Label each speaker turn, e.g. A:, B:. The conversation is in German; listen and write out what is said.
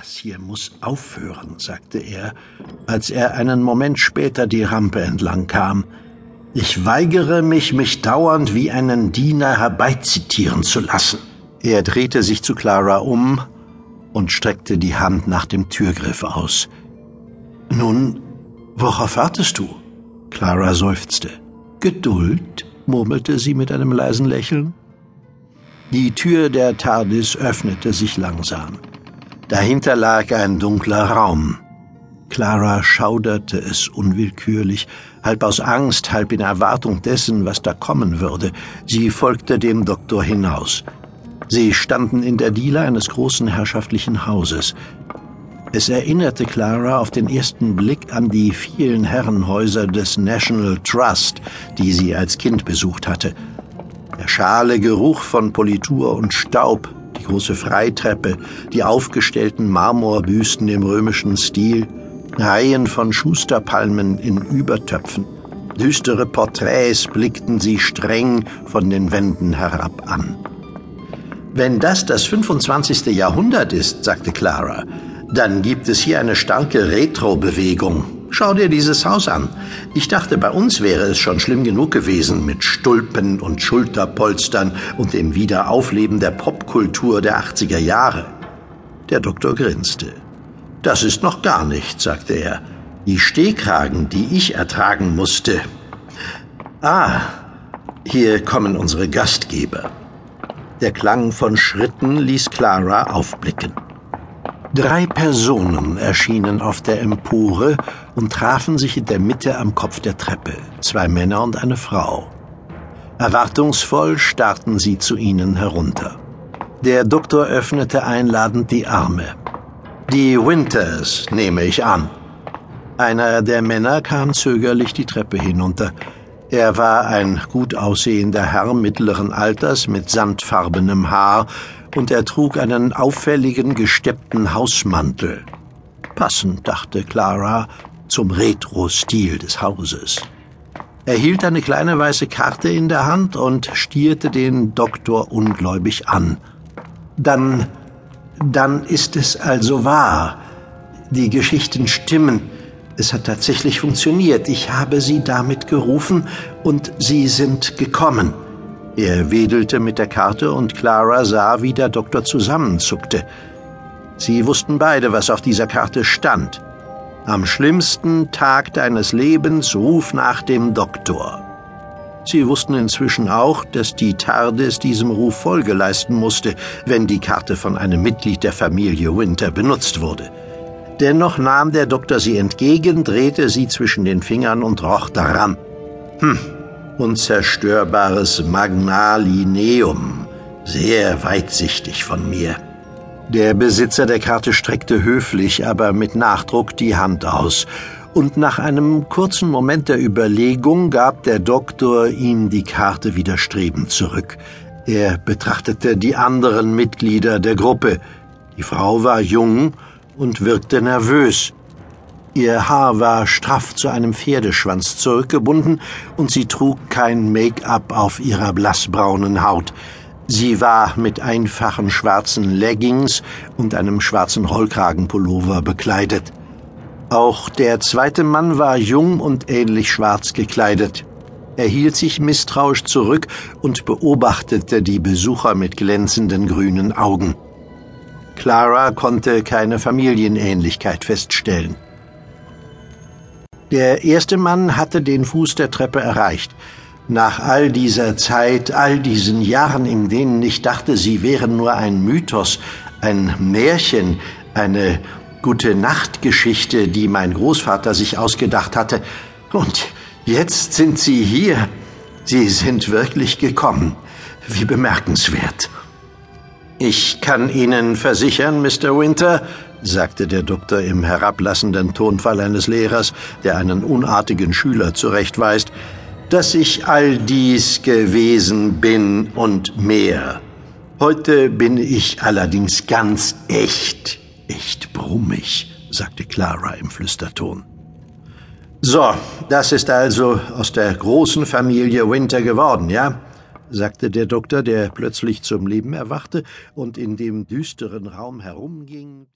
A: Das hier muss aufhören, sagte er, als er einen Moment später die Rampe entlang kam. Ich weigere mich, mich dauernd wie einen Diener herbeizitieren zu lassen. Er drehte sich zu Clara um und streckte die Hand nach dem Türgriff aus. Nun, worauf wartest du? Clara seufzte. Geduld, murmelte sie mit einem leisen Lächeln. Die Tür der TARDIS öffnete sich langsam. Dahinter lag ein dunkler Raum. Clara schauderte es unwillkürlich, halb aus Angst, halb in Erwartung dessen, was da kommen würde. Sie folgte dem Doktor hinaus. Sie standen in der Diele eines großen herrschaftlichen Hauses. Es erinnerte Clara auf den ersten Blick an die vielen Herrenhäuser des National Trust, die sie als Kind besucht hatte. Der schale Geruch von Politur und Staub, die große Freitreppe, die aufgestellten Marmorbüsten im römischen Stil, Reihen von Schusterpalmen in Übertöpfen. Düstere Porträts blickten sie streng von den Wänden herab an. Wenn das 25. Jahrhundert ist, sagte Clara, dann gibt es hier eine starke Retro-Bewegung. Schau dir dieses Haus an. Ich dachte, bei uns wäre es schon schlimm genug gewesen mit Stulpen und Schulterpolstern und dem Wiederaufleben der Popkultur der 80er Jahre. Der Doktor grinste. Das ist noch gar nichts, sagte er. Die Stehkragen, die ich ertragen musste. Ah, hier kommen unsere Gastgeber. Der Klang von Schritten ließ Clara aufblicken. 3 Personen erschienen auf der Empore und trafen sich in der Mitte am Kopf der Treppe, 2 Männer und eine Frau. Erwartungsvoll starrten sie zu ihnen herunter. Der Doktor öffnete einladend die Arme. Die Winters, nehme ich an. Einer der Männer kam zögerlich die Treppe hinunter. Er war ein gut aussehender Herr mittleren Alters mit sandfarbenem Haar, und er trug einen auffälligen, gesteppten Hausmantel. Passend, dachte Clara, zum Retro-Stil des Hauses. Er hielt eine kleine weiße Karte in der Hand und stierte den Doktor ungläubig an. Dann ist es also wahr. Die Geschichten stimmen. Es hat tatsächlich funktioniert. Ich habe Sie damit gerufen und Sie sind gekommen. Er wedelte mit der Karte und Clara sah, wie der Doktor zusammenzuckte. Sie wussten beide, was auf dieser Karte stand. Am schlimmsten Tag deines Lebens, ruf nach dem Doktor. Sie wussten inzwischen auch, dass die TARDIS diesem Ruf Folge leisten musste, wenn die Karte von einem Mitglied der Familie Winter benutzt wurde. Dennoch nahm der Doktor sie entgegen, drehte sie zwischen den Fingern und roch daran. Unzerstörbares Magnalineum. Sehr weitsichtig von mir. Der Besitzer der Karte streckte höflich, aber mit Nachdruck die Hand aus. Und nach einem kurzen Moment der Überlegung gab der Doktor ihm die Karte widerstrebend zurück. Er betrachtete die anderen Mitglieder der Gruppe. Die Frau war jung und wirkte nervös. Ihr Haar war straff zu einem Pferdeschwanz zurückgebunden und sie trug kein Make-up auf ihrer blassbraunen Haut. Sie war mit einfachen schwarzen Leggings und einem schwarzen Rollkragenpullover bekleidet. Auch der zweite Mann war jung und ähnlich schwarz gekleidet. Er hielt sich misstrauisch zurück und beobachtete die Besucher mit glänzenden grünen Augen. Clara konnte keine Familienähnlichkeit feststellen. Der erste Mann hatte den Fuß der Treppe erreicht. Nach all dieser Zeit, all diesen Jahren, in denen ich dachte, sie wären nur ein Mythos, ein Märchen, eine Gute-Nacht-Geschichte, die mein Großvater sich ausgedacht hatte. Und jetzt sind Sie hier. Sie sind wirklich gekommen. Wie bemerkenswert. Ich kann Ihnen versichern, Mr. Winter, sagte der Doktor im herablassenden Tonfall eines Lehrers, der einen unartigen Schüler zurechtweist, dass ich all dies gewesen bin und mehr. Heute bin ich allerdings ganz echt brummig, sagte Clara im Flüsterton. So, das ist also aus der großen Familie Winter geworden, ja? Sagte der Doktor, der plötzlich zum Leben erwachte und in dem düsteren Raum herumging.